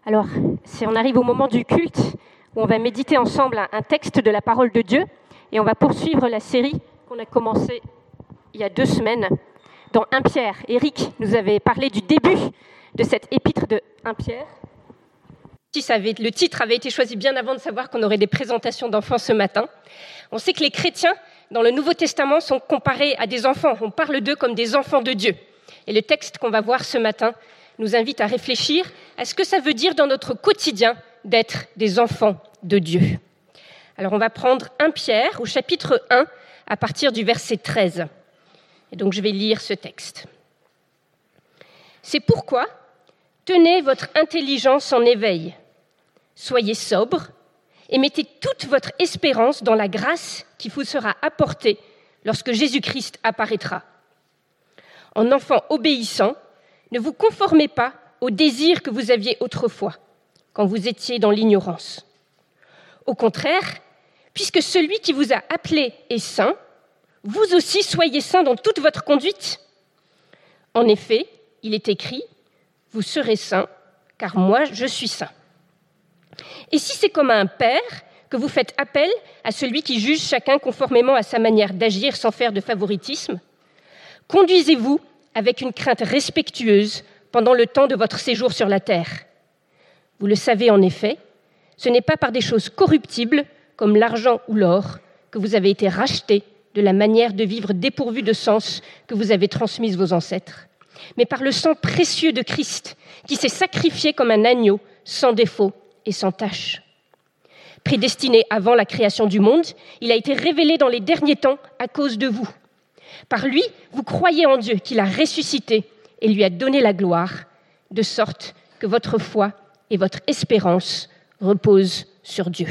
Alors, on arrive au moment du culte où on va méditer ensemble un texte de la parole de Dieu et on va poursuivre la série qu'on a commencée il y a 2 semaines dans 1 Pierre. Eric nous avait parlé du début de cette épître de 1 Pierre. Le titre avait été choisi bien avant de savoir qu'on aurait des présentations d'enfants ce matin. On sait que les chrétiens, dans le Nouveau Testament, sont comparés à des enfants. On parle d'eux comme des enfants de Dieu. Et le texte qu'on va voir ce matin nous invite à réfléchir à ce que ça veut dire dans notre quotidien d'être des enfants de Dieu. Alors on va prendre 1 Pierre au chapitre 1 à partir du verset 13. Et donc je vais lire ce texte. C'est pourquoi tenez votre intelligence en éveil, soyez sobres et mettez toute votre espérance dans la grâce qui vous sera apportée lorsque Jésus-Christ apparaîtra. En enfants obéissants, ne vous conformez pas aux désirs que vous aviez autrefois, quand vous étiez dans l'ignorance. Au contraire, puisque celui qui vous a appelé est saint, vous aussi soyez saints dans toute votre conduite. En effet, il est écrit, « Vous serez saints, car moi je suis saint. » Et si c'est comme à un père que vous faites appel à celui qui juge chacun conformément à sa manière d'agir sans faire de favoritisme, conduisez-vous avec une crainte respectueuse pendant le temps de votre séjour sur la terre. Vous le savez en effet, ce n'est pas par des choses corruptibles, comme l'argent ou l'or, que vous avez été rachetés de la manière de vivre dépourvue de sens que vous avez transmise vos ancêtres, mais par le sang précieux de Christ, qui s'est sacrifié comme un agneau, sans défaut et sans tache. Prédestiné avant la création du monde, il a été révélé dans les derniers temps à cause de vous. Par lui, vous croyez en Dieu qui l'a ressuscité et lui a donné la gloire, de sorte que votre foi et votre espérance reposent sur Dieu.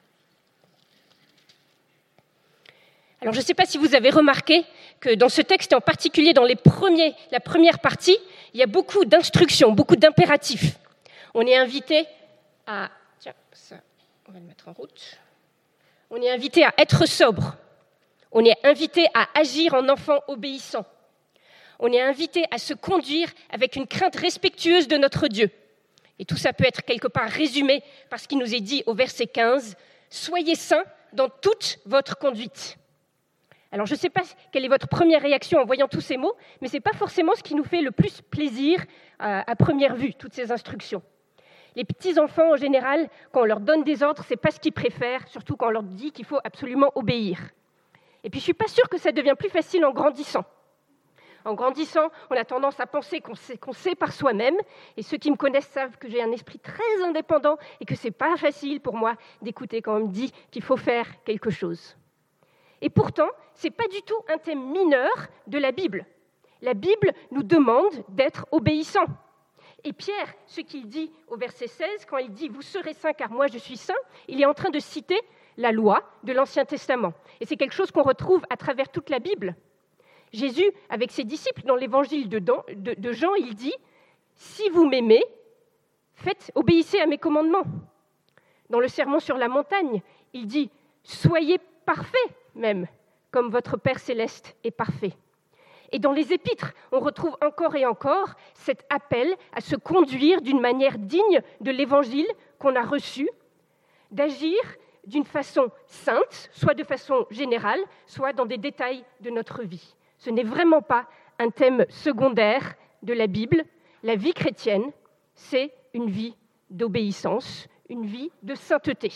Alors, je ne sais pas si vous avez remarqué que dans ce texte, et en particulier dans la première partie, il y a beaucoup d'instructions, beaucoup d'impératifs. On est invité à... Tiens, ça, on va le mettre en route. On est invité à être sobre. On est invité à agir en enfant obéissant. On est invité à se conduire avec une crainte respectueuse de notre Dieu. Et tout ça peut être quelque part résumé par ce qui nous est dit au verset 15. « Soyez saints dans toute votre conduite. » Alors je ne sais pas quelle est votre première réaction en voyant tous ces mots, mais ce n'est pas forcément ce qui nous fait le plus plaisir à première vue, toutes ces instructions. Les petits-enfants, en général, quand on leur donne des ordres, ce n'est pas ce qu'ils préfèrent, surtout quand on leur dit qu'il faut absolument obéir. Et puis, je ne suis pas sûre que ça devient plus facile en grandissant. En grandissant, on a tendance à penser qu'on sait par soi-même. Et ceux qui me connaissent savent que j'ai un esprit très indépendant et que ce n'est pas facile pour moi d'écouter quand on me dit qu'il faut faire quelque chose. Et pourtant, ce n'est pas du tout un thème mineur de la Bible. La Bible nous demande d'être obéissants. Et Pierre, ce qu'il dit au verset 16, quand il dit « Vous serez saints car moi je suis saint », il est en train de citer la loi de l'Ancien Testament. Et c'est quelque chose qu'on retrouve à travers toute la Bible. Jésus, avec ses disciples, dans l'évangile de Jean, il dit « Si vous m'aimez, obéissez à mes commandements ». Dans le Sermon sur la montagne, il dit « Soyez parfaits même, comme votre Père céleste est parfait ». Et dans les épîtres, on retrouve encore et encore cet appel à se conduire d'une manière digne de l'évangile qu'on a reçu, d'agir d'une façon sainte, soit de façon générale, soit dans des détails de notre vie. Ce n'est vraiment pas un thème secondaire de la Bible. La vie chrétienne, c'est une vie d'obéissance, une vie de sainteté.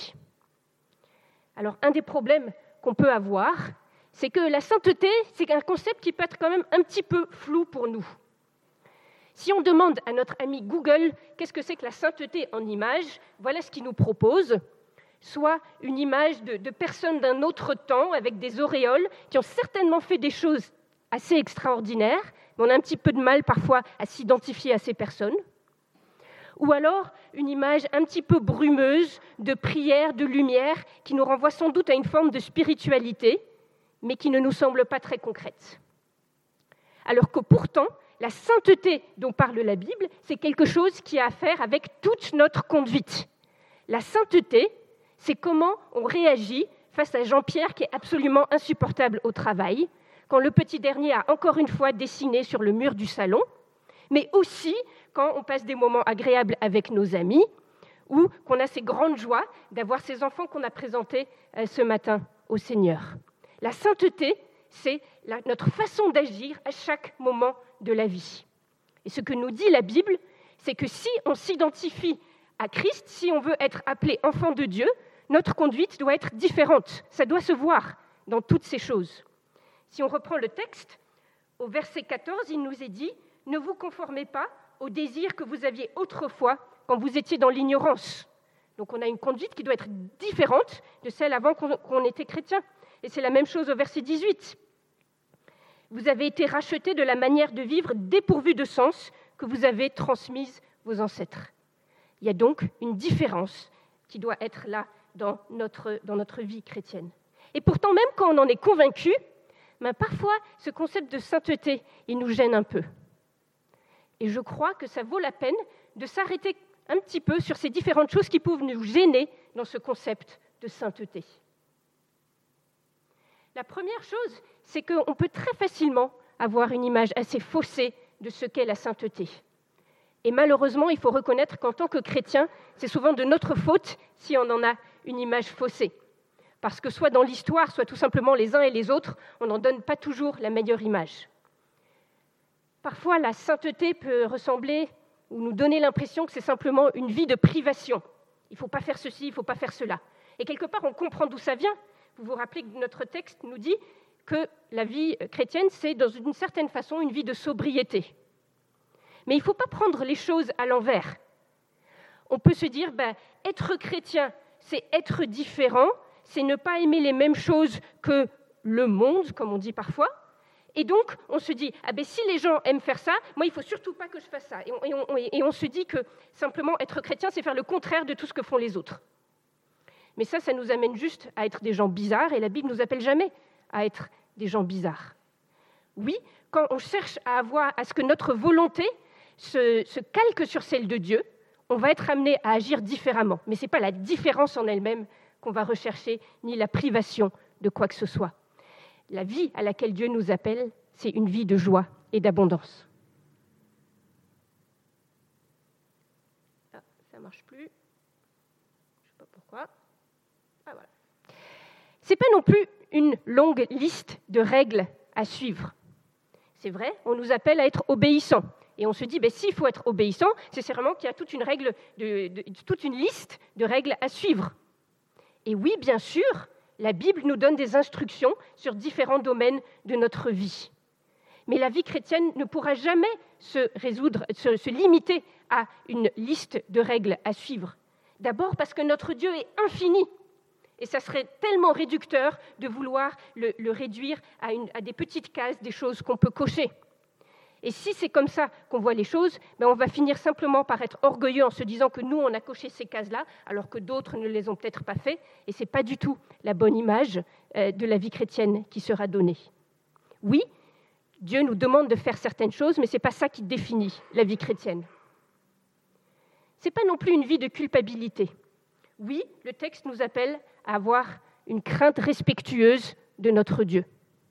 Alors, un des problèmes qu'on peut avoir, c'est que la sainteté, c'est un concept qui peut être quand même un petit peu flou pour nous. Si on demande à notre ami Google qu'est-ce que c'est que la sainteté en images, voilà ce qu'il nous propose. Soit une image de personnes d'un autre temps avec des auréoles qui ont certainement fait des choses assez extraordinaires, mais on a un petit peu de mal parfois à s'identifier à ces personnes. Ou alors une image un petit peu brumeuse de prière, de lumière, qui nous renvoie sans doute à une forme de spiritualité, mais qui ne nous semble pas très concrète. Alors que pourtant, la sainteté dont parle la Bible, c'est quelque chose qui a à faire avec toute notre conduite. La sainteté, c'est comment on réagit face à Jean-Pierre qui est absolument insupportable au travail, quand le petit dernier a encore une fois dessiné sur le mur du salon, mais aussi quand on passe des moments agréables avec nos amis, ou qu'on a ces grandes joies d'avoir ces enfants qu'on a présentés ce matin au Seigneur. La sainteté, c'est notre façon d'agir à chaque moment de la vie. Et ce que nous dit la Bible, c'est que si on s'identifie à Christ, si on veut être appelé enfant de Dieu, notre conduite doit être différente. Ça doit se voir dans toutes ces choses. Si on reprend le texte, au verset 14, il nous est dit « Ne vous conformez pas aux désirs que vous aviez autrefois quand vous étiez dans l'ignorance. » Donc on a une conduite qui doit être différente de celle avant qu'on était chrétien. Et c'est la même chose au verset 18. « Vous avez été rachetés de la manière de vivre dépourvue de sens que vous avez transmise vos ancêtres. » Il y a donc une différence qui doit être là dans notre vie chrétienne. Et pourtant, même quand on en est convaincu, parfois, ce concept de sainteté, il nous gêne un peu. Et je crois que ça vaut la peine de s'arrêter un petit peu sur ces différentes choses qui peuvent nous gêner dans ce concept de sainteté. La première chose, c'est qu'on peut très facilement avoir une image assez faussée de ce qu'est la sainteté. Et malheureusement, il faut reconnaître qu'en tant que chrétien, c'est souvent de notre faute si on en a une image faussée. Parce que soit dans l'histoire, soit tout simplement les uns et les autres, on n'en donne pas toujours la meilleure image. Parfois, la sainteté peut ressembler ou nous donner l'impression que c'est simplement une vie de privation. Il ne faut pas faire ceci, il ne faut pas faire cela. Et quelque part, on comprend d'où ça vient. Vous vous rappelez que notre texte nous dit que la vie chrétienne, c'est dans une certaine façon une vie de sobriété. Mais il ne faut pas prendre les choses à l'envers. On peut se dire, être chrétien, c'est être différent, c'est ne pas aimer les mêmes choses que le monde, comme on dit parfois. Et donc, on se dit, si les gens aiment faire ça, moi, il ne faut surtout pas que je fasse ça. Et on se dit que simplement être chrétien, c'est faire le contraire de tout ce que font les autres. Mais ça nous amène juste à être des gens bizarres, et la Bible ne nous appelle jamais à être des gens bizarres. Oui, quand on cherche à ce que notre volonté se calque sur celle de Dieu, on va être amené à agir différemment. Mais ce n'est pas la différence en elle-même qu'on va rechercher, ni la privation de quoi que ce soit. La vie à laquelle Dieu nous appelle, c'est une vie de joie et d'abondance. Ah, ça ne marche plus. Je ne sais pas pourquoi. Ah, voilà. Ce n'est pas non plus une longue liste de règles à suivre. C'est vrai, on nous appelle à être obéissants. Et on se dit, s'il faut être obéissant, c'est vraiment qu'il y a toute une liste de règles à suivre. Et oui, bien sûr, la Bible nous donne des instructions sur différents domaines de notre vie. Mais la vie chrétienne ne pourra jamais se limiter à une liste de règles à suivre. D'abord parce que notre Dieu est infini. Et ça serait tellement réducteur de vouloir le réduire à des petites cases, des choses qu'on peut cocher. Et si c'est comme ça qu'on voit les choses, on va finir simplement par être orgueilleux en se disant que nous, on a coché ces cases-là, alors que d'autres ne les ont peut-être pas fait. Et ce n'est pas du tout la bonne image de la vie chrétienne qui sera donnée. Oui, Dieu nous demande de faire certaines choses, mais ce n'est pas ça qui définit la vie chrétienne. Ce n'est pas non plus une vie de culpabilité. Oui, le texte nous appelle à avoir une crainte respectueuse de notre Dieu.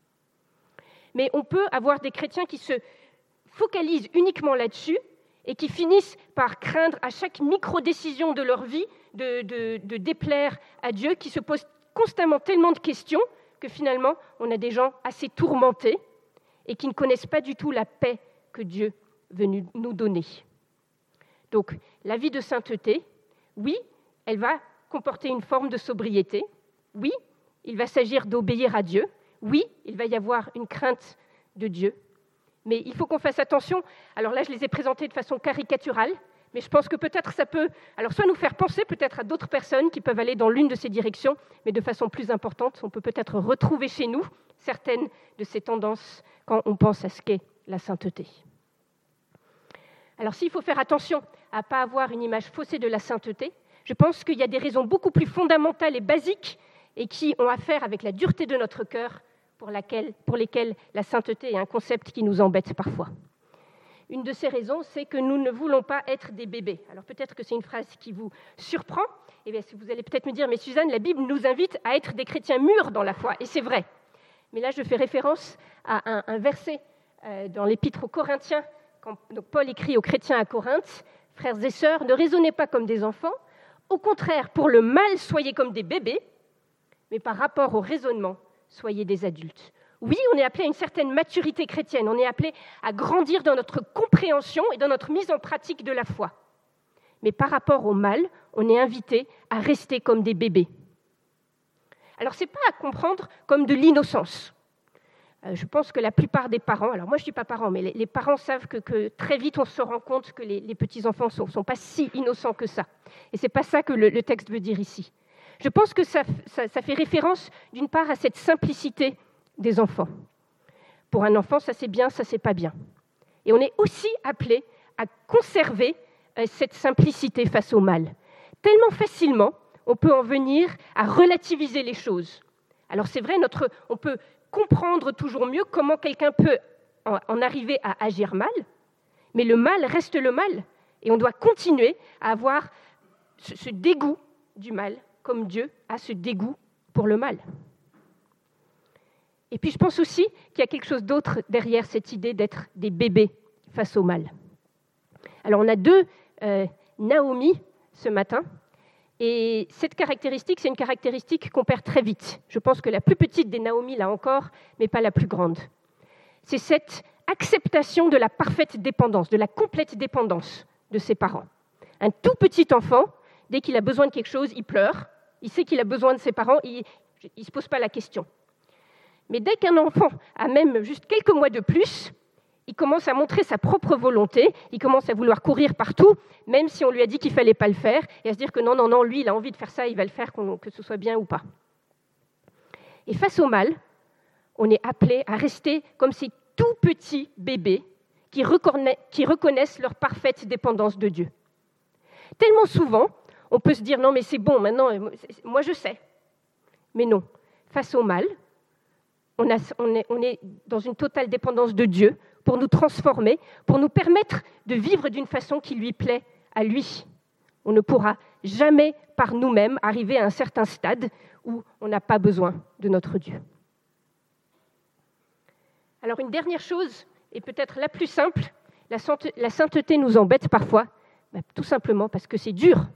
Mais on peut avoir des chrétiens qui se focalisent uniquement là-dessus et qui finissent par craindre à chaque micro-décision de leur vie de déplaire à Dieu, qui se posent constamment tellement de questions que finalement, on a des gens assez tourmentés et qui ne connaissent pas du tout la paix que Dieu veut nous donner. Donc, la vie de sainteté, oui, elle va comporter une forme de sobriété. Oui, il va s'agir d'obéir à Dieu. Oui, il va y avoir une crainte de Dieu. Mais il faut qu'on fasse attention. Alors là, je les ai présentés de façon caricaturale, mais je pense que peut-être ça peut soit nous faire penser peut-être à d'autres personnes qui peuvent aller dans l'une de ces directions, mais de façon plus importante, on peut peut-être retrouver chez nous certaines de ces tendances quand on pense à ce qu'est la sainteté. Alors s'il faut faire attention à ne pas avoir une image faussée de la sainteté, je pense qu'il y a des raisons beaucoup plus fondamentales et basiques et qui ont à faire avec la dureté de notre cœur pour lesquelles la sainteté est un concept qui nous embête parfois. Une de ces raisons, c'est que nous ne voulons pas être des bébés. Alors peut-être que c'est une phrase qui vous surprend. Eh bien, vous allez peut-être me dire, mais Suzanne, la Bible nous invite à être des chrétiens mûrs dans la foi. Et c'est vrai. Mais là, je fais référence à un verset dans l'Épître aux Corinthiens, quand donc Paul écrit aux chrétiens à Corinthe, « Frères et sœurs, ne raisonnez pas comme des enfants, Au contraire, pour le mal, soyez comme des bébés, mais par rapport au raisonnement, soyez des adultes. Oui, on est appelé à une certaine maturité chrétienne, on est appelé à grandir dans notre compréhension et dans notre mise en pratique de la foi. Mais par rapport au mal, on est invité à rester comme des bébés. Alors, ce n'est pas à comprendre comme de l'innocence. Je pense que la plupart des parents, alors moi je ne suis pas parent, mais les parents savent que très vite on se rend compte que les petits-enfants ne sont pas si innocents que ça. Et ce n'est pas ça que le texte veut dire ici. Je pense que ça fait référence d'une part à cette simplicité des enfants. Pour un enfant, ça c'est bien, ça c'est pas bien. Et on est aussi appelé à conserver cette simplicité face au mal. Tellement facilement, on peut en venir à relativiser les choses. Alors c'est vrai, on peut comprendre toujours mieux comment quelqu'un peut en arriver à agir mal, mais le mal reste le mal, et on doit continuer à avoir ce dégoût du mal, comme Dieu a ce dégoût pour le mal. Et puis je pense aussi qu'il y a quelque chose d'autre derrière cette idée d'être des bébés face au mal. Alors on a deux Naomi ce matin, et cette caractéristique, c'est une caractéristique qu'on perd très vite. Je pense que la plus petite des Naomi l'a encore, mais pas la plus grande. C'est cette acceptation de la parfaite dépendance, de la complète dépendance de ses parents. Un tout petit enfant, dès qu'il a besoin de quelque chose, il pleure. Il sait qu'il a besoin de ses parents, il ne se pose pas la question. Mais dès qu'un enfant a même juste quelques mois de plus, il commence à montrer sa propre volonté, il commence à vouloir courir partout, même si on lui a dit qu'il ne fallait pas le faire, et à se dire que non, lui, il a envie de faire ça, il va le faire, que ce soit bien ou pas. Et face au mal, on est appelé à rester comme ces tout petits bébés qui reconnaissent leur parfaite dépendance de Dieu. Tellement souvent, on peut se dire « non, mais c'est bon, maintenant, moi je sais ». Mais non, face au mal, on est dans une totale dépendance de Dieu pour nous transformer, pour nous permettre de vivre d'une façon qui lui plaît à lui. On ne pourra jamais par nous-mêmes arriver à un certain stade où on n'a pas besoin de notre Dieu. Alors une dernière chose, et peut-être la plus simple, la sainteté nous embête parfois, tout simplement parce que c'est dur.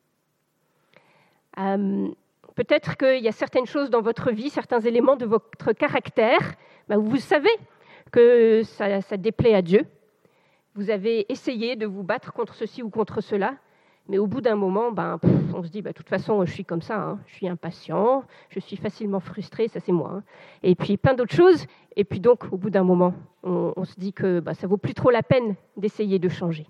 Peut-être qu'il y a certaines choses dans votre vie, certains éléments de votre caractère, où vous savez que ça déplaît à Dieu. Vous avez essayé de vous battre contre ceci ou contre cela, mais au bout d'un moment, on se dit, de toute façon, je suis comme ça, je suis impatient, je suis facilement frustré, ça c'est moi. Et puis plein d'autres choses, et puis donc, au bout d'un moment, on se dit que ça ne vaut plus trop la peine d'essayer de changer.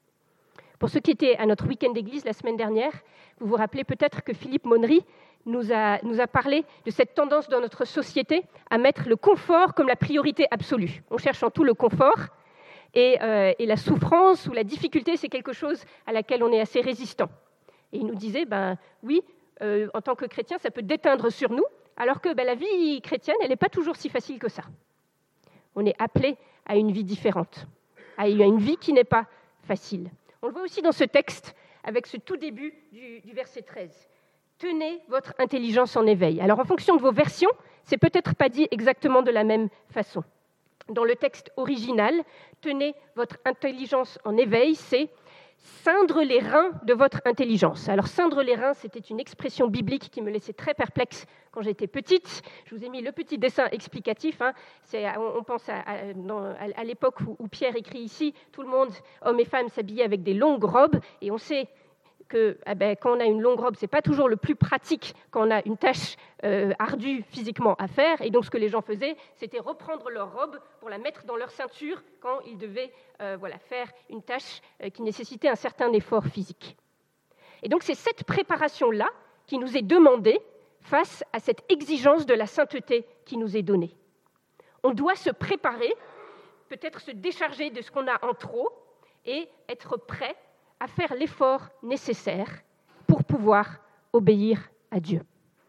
Pour ceux qui étaient à notre week-end d'église la semaine dernière, vous vous rappelez peut-être que Philippe Monnery nous a parlé de cette tendance dans notre société à mettre le confort comme la priorité absolue. On cherche en tout le confort et la souffrance ou la difficulté, c'est quelque chose à laquelle on est assez résistant. Et il nous disait, oui, en tant que chrétien, ça peut déteindre sur nous, alors que la vie chrétienne, elle n'est pas toujours si facile que ça. On est appelé à une vie différente, à une vie qui n'est pas facile. On le voit aussi dans ce texte, avec ce tout début du verset 13. Tenez votre intelligence en éveil. Alors, en fonction de vos versions, c'est peut-être pas dit exactement de la même façon. Dans le texte original, tenez votre intelligence en éveil, c'est ceindre les reins de votre intelligence. Alors, ceindre les reins, c'était une expression biblique qui me laissait très perplexe quand j'étais petite. Je vous ai mis le petit dessin explicatif. On pense à l'époque où Pierre écrit ici, tout le monde, hommes et femmes, s'habillaient avec des longues robes, et on sait que quand on a une longue robe, ce n'est pas toujours le plus pratique quand on a une tâche ardue physiquement à faire. Et donc, ce que les gens faisaient, c'était reprendre leur robe pour la mettre dans leur ceinture quand ils devaient faire une tâche qui nécessitait un certain effort physique. Et donc, c'est cette préparation-là qui nous est demandée face à cette exigence de la sainteté qui nous est donnée. On doit se préparer, peut-être se décharger de ce qu'on a en trop et être prêt à faire l'effort nécessaire pour pouvoir obéir à Dieu.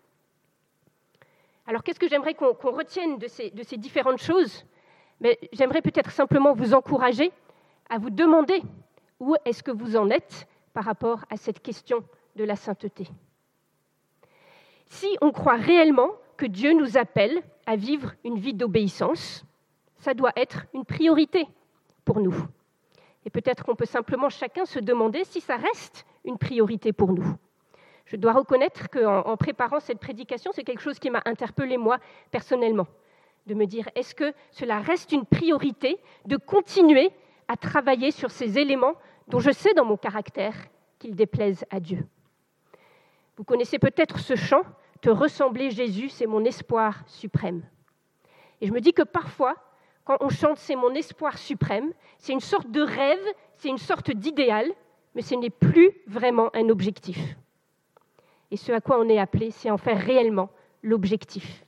Alors, qu'est-ce que j'aimerais qu'on retienne de ces différentes choses ? Mais j'aimerais peut-être simplement vous encourager à vous demander où est-ce que vous en êtes par rapport à cette question de la sainteté. Si on croit réellement que Dieu nous appelle à vivre une vie d'obéissance, ça doit être une priorité pour nous. Et peut-être qu'on peut simplement chacun se demander si ça reste une priorité pour nous. Je dois reconnaître qu'en préparant cette prédication, c'est quelque chose qui m'a interpellée moi personnellement, de me dire est-ce que cela reste une priorité de continuer à travailler sur ces éléments dont je sais dans mon caractère qu'ils déplaisent à Dieu. Vous connaissez peut-être ce chant « Te ressembler Jésus, c'est mon espoir suprême ». Et je me dis que parfois, quand on chante « C'est mon espoir suprême », c'est une sorte de rêve, c'est une sorte d'idéal, mais ce n'est plus vraiment un objectif. Et ce à quoi on est appelé, c'est en faire réellement l'objectif.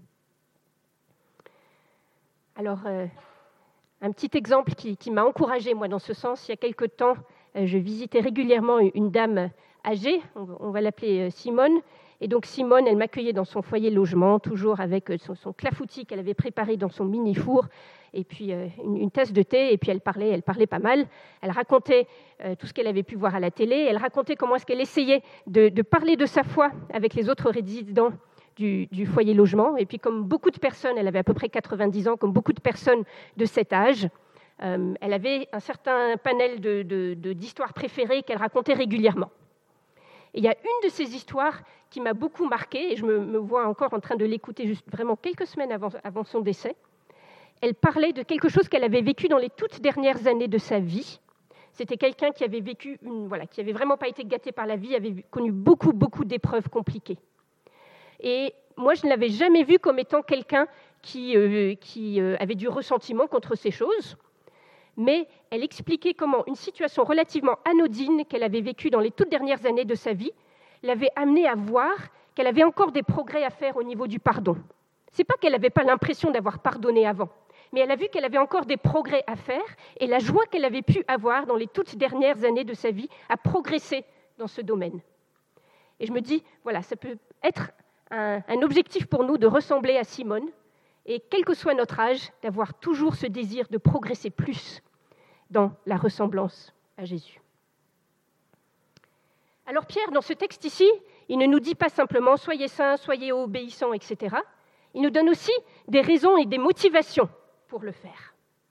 Alors, un petit exemple qui m'a encouragée, moi, dans ce sens. Il y a quelque temps, je visitais régulièrement une dame âgée, on va l'appeler Simone. Et donc Simone, elle m'accueillait dans son foyer logement, toujours avec son clafoutis qu'elle avait préparé dans son mini-four, et puis une tasse de thé, et puis elle parlait pas mal. Elle racontait tout ce qu'elle avait pu voir à la télé, elle racontait comment est-ce qu'elle essayait de parler de sa foi avec les autres résidents du foyer logement. Et puis comme beaucoup de personnes, elle avait à peu près 90 ans, comme beaucoup de personnes de cet âge, elle avait un certain panel d'histoires préférées qu'elle racontait régulièrement. Et il y a une de ces histoires qui m'a beaucoup marquée, et je me vois encore en train de l'écouter juste vraiment quelques semaines avant son décès. Elle parlait de quelque chose qu'elle avait vécu dans les toutes dernières années de sa vie. C'était quelqu'un qui avait vécu, qui avait vraiment pas été gâté par la vie, avait connu beaucoup, beaucoup d'épreuves compliquées. Et moi, je ne l'avais jamais vu comme étant quelqu'un qui avait du ressentiment contre ces choses. Mais elle expliquait comment une situation relativement anodine qu'elle avait vécue dans les toutes dernières années de sa vie l'avait amenée à voir qu'elle avait encore des progrès à faire au niveau du pardon. Ce n'est pas qu'elle n'avait pas l'impression d'avoir pardonné avant, mais elle a vu qu'elle avait encore des progrès à faire, et la joie qu'elle avait pu avoir dans les toutes dernières années de sa vie a progressé dans ce domaine. Et je me dis, voilà, ça peut être un objectif pour nous de ressembler à Simone, et quel que soit notre âge, d'avoir toujours ce désir de progresser plus dans la ressemblance à Jésus. Alors Pierre, dans ce texte ici, il ne nous dit pas simplement « soyez saints, soyez obéissants », etc. Il nous donne aussi des raisons et des motivations pour le faire.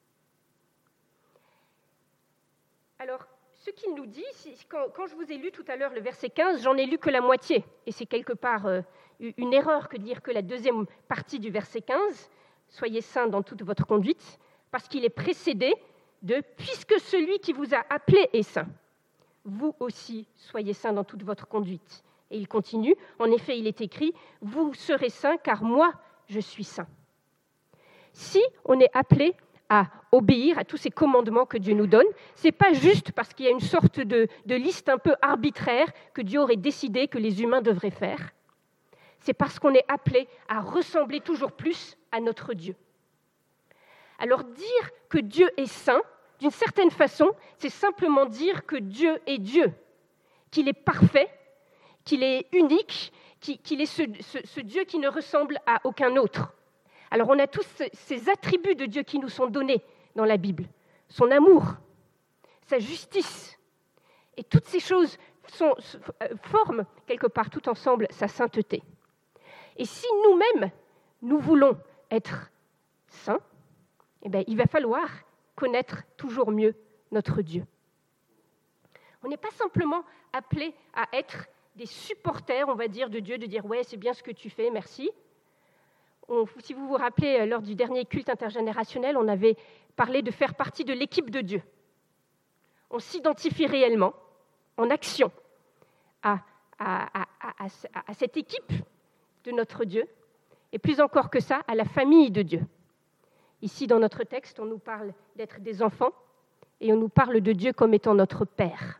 Alors, ce qu'il nous dit, quand je vous ai lu tout à l'heure le verset 15, j'en ai lu que la moitié, et c'est quelque part une erreur que de dire que la deuxième partie du verset 15, « soyez saints dans toute votre conduite », parce qu'il est précédé de « puisque celui qui vous a appelé est saint, vous aussi soyez saints dans toute votre conduite ». Et il continue, en effet, il est écrit « vous serez saints car moi, je suis saint ». Si on est appelé à obéir à tous ces commandements que Dieu nous donne, ce n'est pas juste parce qu'il y a une sorte de liste un peu arbitraire que Dieu aurait décidé que les humains devraient faire. C'est parce qu'on est appelé à ressembler toujours plus à notre Dieu. Alors dire que Dieu est saint, d'une certaine façon, c'est simplement dire que Dieu est Dieu, qu'il est parfait, qu'il est unique, qu'il est ce Dieu qui ne ressemble à aucun autre. Alors on a tous ces attributs de Dieu qui nous sont donnés dans la Bible. Son amour, sa justice. Et toutes ces choses forment quelque part tout ensemble sa sainteté. Et si nous-mêmes, nous voulons être saints, eh bien, il va falloir connaître toujours mieux notre Dieu. On n'est pas simplement appelé à être des supporters, on va dire, de Dieu, de dire « ouais, c'est bien ce que tu fais, merci ». Si vous vous rappelez, lors du dernier culte intergénérationnel, on avait parlé de faire partie de l'équipe de Dieu. On s'identifie réellement, en action, à cette équipe de notre Dieu, et plus encore que ça, à la famille de Dieu. Ici, dans notre texte, on nous parle d'être des enfants, et on nous parle de Dieu comme étant notre Père.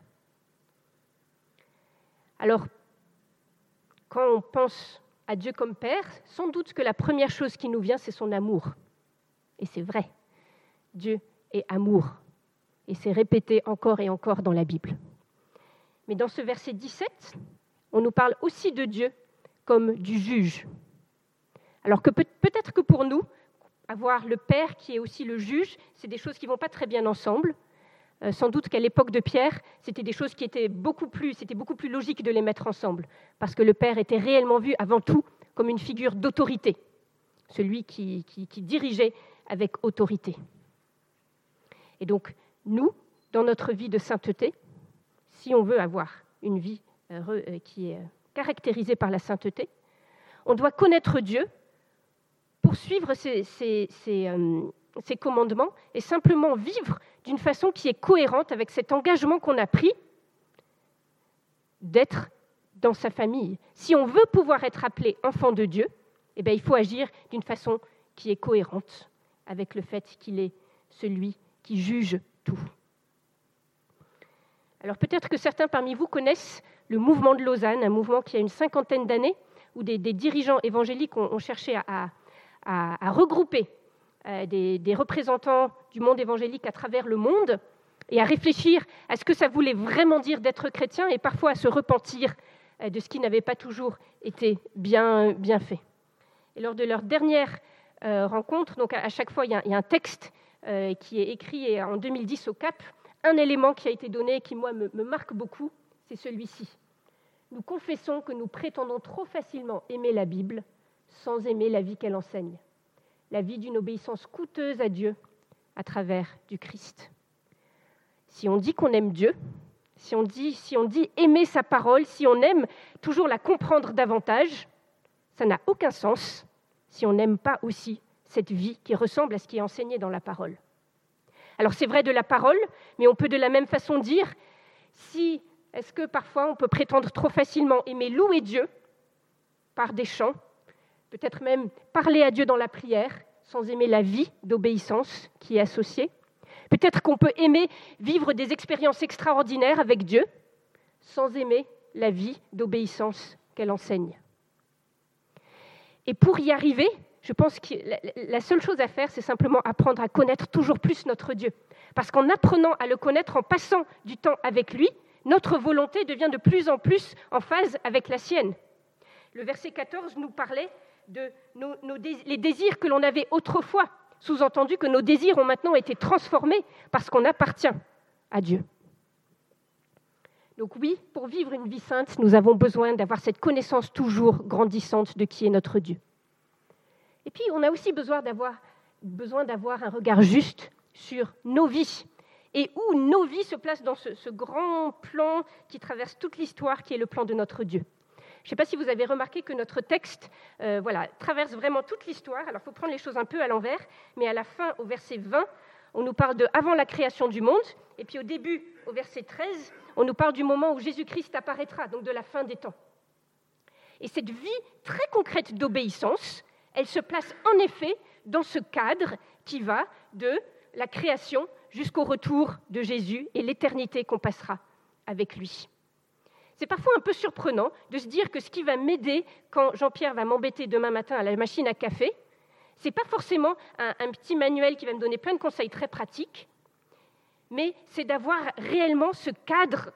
Alors, quand on pense à Dieu comme Père, sans doute que la première chose qui nous vient, c'est son amour. Et c'est vrai, Dieu est amour. Et c'est répété encore et encore dans la Bible. Mais dans ce verset 17, on nous parle aussi de Dieu comme du juge. Alors que peut-être que pour nous, avoir le Père qui est aussi le juge, c'est des choses qui ne vont pas très bien ensemble. Sans doute qu'à l'époque de Pierre, c'était des choses qui étaient beaucoup plus logique de les mettre ensemble, parce que le Père était réellement vu avant tout comme une figure d'autorité, celui qui dirigeait avec autorité. Et donc, nous, dans notre vie de sainteté, si on veut avoir une vie qui est caractérisé par la sainteté. On doit connaître Dieu, poursuivre ses commandements et simplement vivre d'une façon qui est cohérente avec cet engagement qu'on a pris d'être dans sa famille. Si on veut pouvoir être appelé enfant de Dieu, eh bien, il faut agir d'une façon qui est cohérente avec le fait qu'il est celui qui juge tout. Alors peut-être que certains parmi vous connaissent le mouvement de Lausanne, un mouvement qui a une 50aine d'années, où des dirigeants évangéliques ont cherché à regrouper des représentants du monde évangélique à travers le monde et à réfléchir à ce que ça voulait vraiment dire d'être chrétien et parfois à se repentir de ce qui n'avait pas toujours été bien fait. Et lors de leur dernière rencontre, donc à chaque fois il y a un texte qui est écrit en 2010 au Cap, un élément qui a été donné et qui, moi, me marque beaucoup, c'est celui-ci. Nous confessons que nous prétendons trop facilement aimer la Bible sans aimer la vie qu'elle enseigne, la vie d'une obéissance coûteuse à Dieu à travers du Christ. Si on dit qu'on aime Dieu, si on dit aimer sa parole, si on aime toujours la comprendre davantage, ça n'a aucun sens si on n'aime pas aussi cette vie qui ressemble à ce qui est enseigné dans la parole. Alors c'est vrai de la parole, mais on peut de la même façon dire, est-ce que parfois on peut prétendre trop facilement aimer louer Dieu par des chants, peut-être même parler à Dieu dans la prière, sans aimer la vie d'obéissance qui est associée. Peut-être qu'on peut aimer vivre des expériences extraordinaires avec Dieu, sans aimer la vie d'obéissance qu'elle enseigne. Et pour y arriver, je pense que la seule chose à faire, c'est simplement apprendre à connaître toujours plus notre Dieu. Parce qu'en apprenant à le connaître, en passant du temps avec lui, notre volonté devient de plus en plus en phase avec la sienne. Le verset 14 nous parlait de les désirs que l'on avait autrefois, sous-entendu que nos désirs ont maintenant été transformés parce qu'on appartient à Dieu. Donc oui, pour vivre une vie sainte, nous avons besoin d'avoir cette connaissance toujours grandissante de qui est notre Dieu. Et puis, on a aussi besoin d'avoir un regard juste sur nos vies et où nos vies se placent dans ce grand plan qui traverse toute l'histoire, qui est le plan de notre Dieu. Je ne sais pas si vous avez remarqué que notre texte traverse vraiment toute l'histoire. Alors, il faut prendre les choses un peu à l'envers, mais à la fin, au verset 20, on nous parle de avant la création du monde, et puis au début, au verset 13, on nous parle du moment où Jésus-Christ apparaîtra, donc de la fin des temps. Et cette vie très concrète d'obéissance, elle se place en effet dans ce cadre qui va de la création jusqu'au retour de Jésus et l'éternité qu'on passera avec lui. C'est parfois un peu surprenant de se dire que ce qui va m'aider quand Jean-Pierre va m'embêter demain matin à la machine à café, ce n'est pas forcément un petit manuel qui va me donner plein de conseils très pratiques, mais c'est d'avoir réellement ce cadre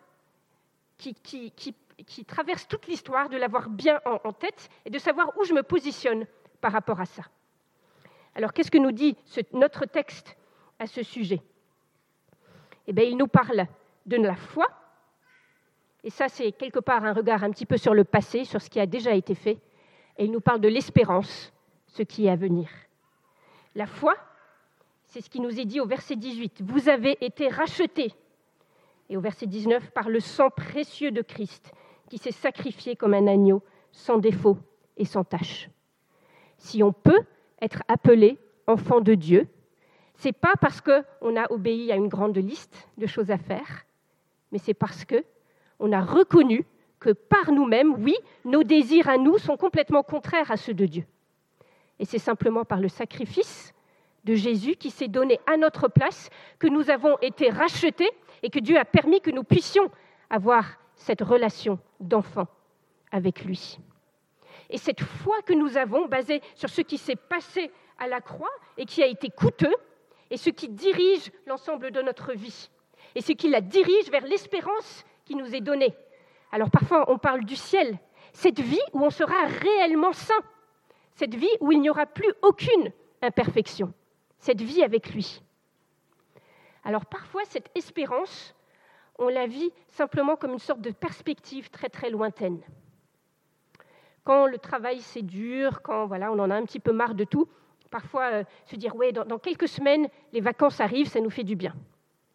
qui traverse toute l'histoire, de l'avoir bien en tête et de savoir où je me positionne par rapport à ça. Alors, qu'est-ce que nous dit notre texte à ce sujet ? Eh bien, il nous parle de la foi, et ça, c'est quelque part un regard un petit peu sur le passé, sur ce qui a déjà été fait, et il nous parle de l'espérance, ce qui est à venir. La foi, c'est ce qui nous est dit au verset 18. « Vous avez été rachetés », et au verset 19, « par le sang précieux de Christ, qui s'est sacrifié comme un agneau, sans défaut et sans tache. » Si on peut être appelé enfant de Dieu, ce n'est pas parce qu'on a obéi à une grande liste de choses à faire, mais c'est parce qu'on a reconnu que par nous-mêmes, oui, nos désirs à nous sont complètement contraires à ceux de Dieu. Et c'est simplement par le sacrifice de Jésus qui s'est donné à notre place que nous avons été rachetés et que Dieu a permis que nous puissions avoir cette relation d'enfant avec lui. Et cette foi que nous avons, basée sur ce qui s'est passé à la croix et qui a été coûteux, et ce qui dirige l'ensemble de notre vie, et ce qui la dirige vers l'espérance qui nous est donnée. Alors parfois, on parle du ciel, cette vie où on sera réellement saint, cette vie où il n'y aura plus aucune imperfection, cette vie avec lui. Alors parfois, cette espérance, on la vit simplement comme une sorte de perspective très très lointaine. Quand le travail c'est dur, quand on en a un petit peu marre de tout, parfois se dire ouais, dans quelques semaines, les vacances arrivent, ça nous fait du bien.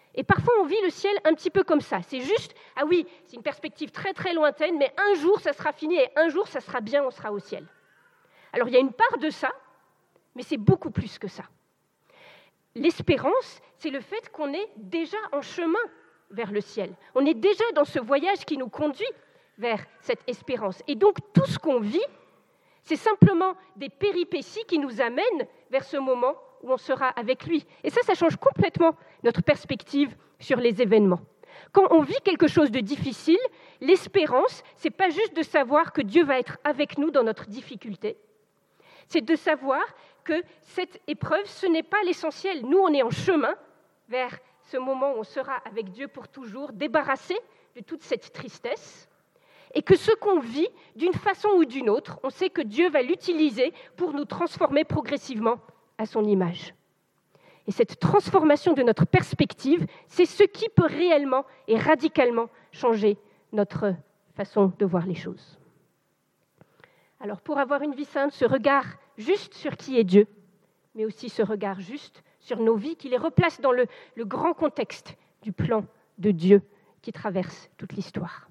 Et parfois, on vit le ciel un petit peu comme ça. C'est juste, ah oui, c'est une perspective très très lointaine, mais un jour, ça sera fini et un jour, ça sera bien, on sera au ciel. Alors, il y a une part de ça, mais c'est beaucoup plus que ça. L'espérance, c'est le fait qu'on est déjà en chemin vers le ciel. On est déjà dans ce voyage qui nous conduit vers cette espérance. Et donc, tout ce qu'on vit, c'est simplement des péripéties qui nous amènent vers ce moment où on sera avec lui. Et ça change complètement notre perspective sur les événements. Quand on vit quelque chose de difficile, l'espérance, ce n'est pas juste de savoir que Dieu va être avec nous dans notre difficulté, c'est de savoir que cette épreuve, ce n'est pas l'essentiel. Nous, on est en chemin vers ce moment où on sera avec Dieu pour toujours, débarrassé de toute cette tristesse, et que ce qu'on vit, d'une façon ou d'une autre, on sait que Dieu va l'utiliser pour nous transformer progressivement à son image. Et cette transformation de notre perspective, c'est ce qui peut réellement et radicalement changer notre façon de voir les choses. Alors, pour avoir une vie sainte, ce regard juste sur qui est Dieu, mais aussi ce regard juste sur nos vies, qui les replace dans le grand contexte du plan de Dieu qui traverse toute l'histoire.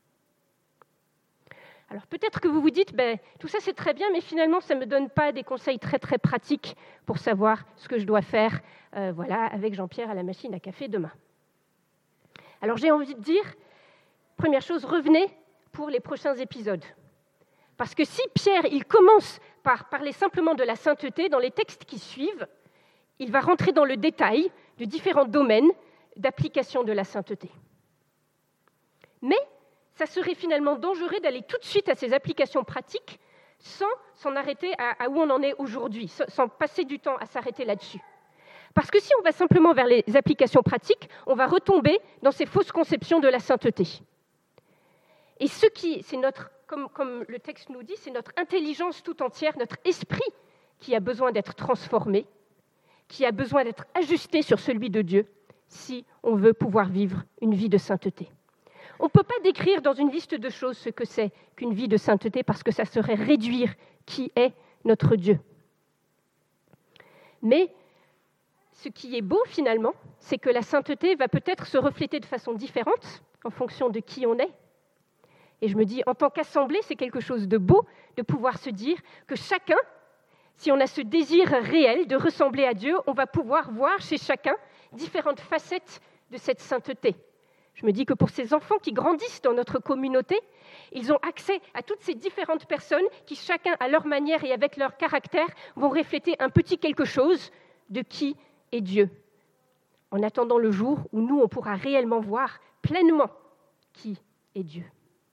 Alors peut-être que vous vous dites, tout ça c'est très bien, mais finalement ça ne me donne pas des conseils très très pratiques pour savoir ce que je dois faire avec Jean-Pierre à la machine à café demain. Alors j'ai envie de dire, première chose, revenez pour les prochains épisodes. Parce que si Pierre, il commence par parler simplement de la sainteté, dans les textes qui suivent, il va rentrer dans le détail de différents domaines d'application de la sainteté. Mais ça serait finalement dangereux d'aller tout de suite à ces applications pratiques sans s'en arrêter à où on en est aujourd'hui, sans passer du temps à s'arrêter là-dessus. Parce que si on va simplement vers les applications pratiques, on va retomber dans ces fausses conceptions de la sainteté. Et c'est notre, comme le texte nous dit, c'est notre intelligence tout entière, notre esprit qui a besoin d'être transformé, qui a besoin d'être ajusté sur celui de Dieu, si on veut pouvoir vivre une vie de sainteté. On ne peut pas décrire dans une liste de choses ce que c'est qu'une vie de sainteté parce que ça serait réduire qui est notre Dieu. Mais ce qui est beau finalement, c'est que la sainteté va peut-être se refléter de façon différente en fonction de qui on est. Et je me dis, en tant qu'assemblée, c'est quelque chose de beau de pouvoir se dire que chacun, si on a ce désir réel de ressembler à Dieu, on va pouvoir voir chez chacun différentes facettes de cette sainteté. Je me dis que pour ces enfants qui grandissent dans notre communauté, ils ont accès à toutes ces différentes personnes qui, chacun à leur manière et avec leur caractère, vont refléter un petit quelque chose de qui est Dieu. En attendant le jour où nous, on pourra réellement voir pleinement qui est Dieu.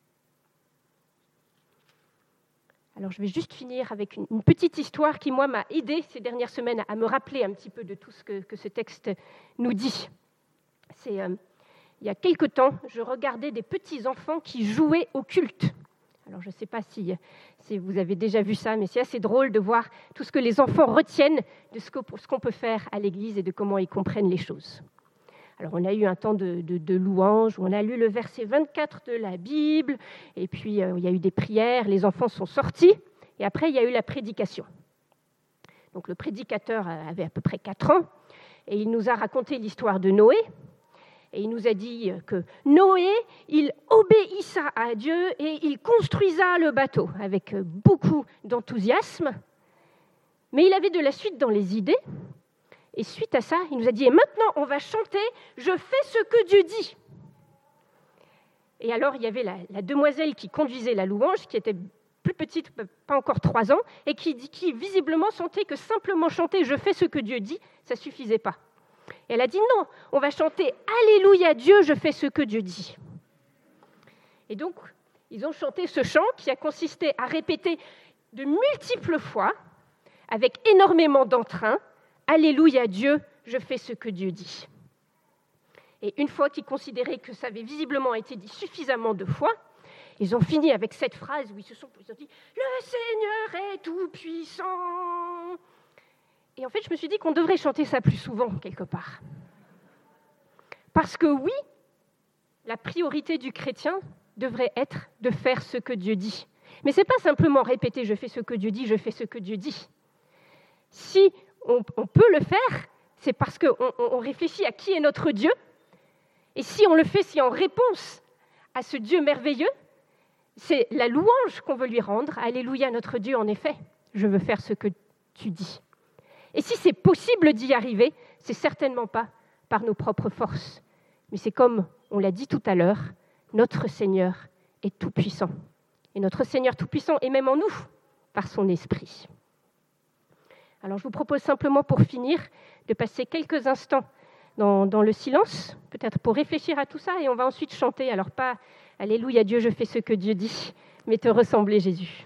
Alors, je vais juste finir avec une petite histoire qui, moi, m'a aidée ces dernières semaines à me rappeler un petit peu de tout ce que ce texte nous dit. Il y a quelque temps, je regardais des petits-enfants qui jouaient au culte. Alors, je ne sais pas si vous avez déjà vu ça, mais c'est assez drôle de voir tout ce que les enfants retiennent de ce qu'on peut faire à l'église et de comment ils comprennent les choses. Alors, on a eu un temps de louange où on a lu le verset 24 de la Bible, et puis il y a eu des prières, les enfants sont sortis, et après, il y a eu la prédication. Donc, le prédicateur avait à peu près 4 ans, et il nous a raconté l'histoire de Noé. Et il nous a dit que Noé, il obéissa à Dieu et il construisa le bateau avec beaucoup d'enthousiasme. Mais il avait de la suite dans les idées. Et suite à ça, il nous a dit « Et maintenant, on va chanter « Je fais ce que Dieu dit ». Et alors, il y avait la demoiselle qui conduisait la louange, qui était plus petite, pas encore 3 ans, et qui visiblement sentait que simplement chanter « Je fais ce que Dieu dit », ça ne suffisait pas. Et elle a dit non, on va chanter « Alléluia Dieu, je fais ce que Dieu dit ». Et donc, ils ont chanté ce chant qui a consisté à répéter de multiples fois, avec énormément d'entrain, « Alléluia Dieu, je fais ce que Dieu dit ». Et une fois qu'ils considéraient que ça avait visiblement été dit suffisamment de fois, ils ont fini avec cette phrase où ils ont dit « Le Seigneur est tout-puissant ». Et en fait, je me suis dit qu'on devrait chanter ça plus souvent, quelque part. Parce que oui, la priorité du chrétien devrait être de faire ce que Dieu dit. Mais ce n'est pas simplement répéter « je fais ce que Dieu dit, je fais ce que Dieu dit ». Si on peut le faire, c'est parce qu'on réfléchit à qui est notre Dieu Et si on le fait, si en réponse à ce Dieu merveilleux, c'est la louange qu'on veut lui rendre. Alléluia, notre Dieu, en effet, je veux faire ce que tu dis. Et si c'est possible d'y arriver, c'est certainement pas par nos propres forces. Mais c'est comme on l'a dit tout à l'heure, notre Seigneur est tout-puissant. Et notre Seigneur tout-puissant est même en nous, par son esprit. Alors je vous propose simplement pour finir de passer quelques instants dans le silence, peut-être pour réfléchir à tout ça, et on va ensuite chanter. Alors pas « Alléluia Dieu, je fais ce que Dieu dit », mais te ressembler Jésus.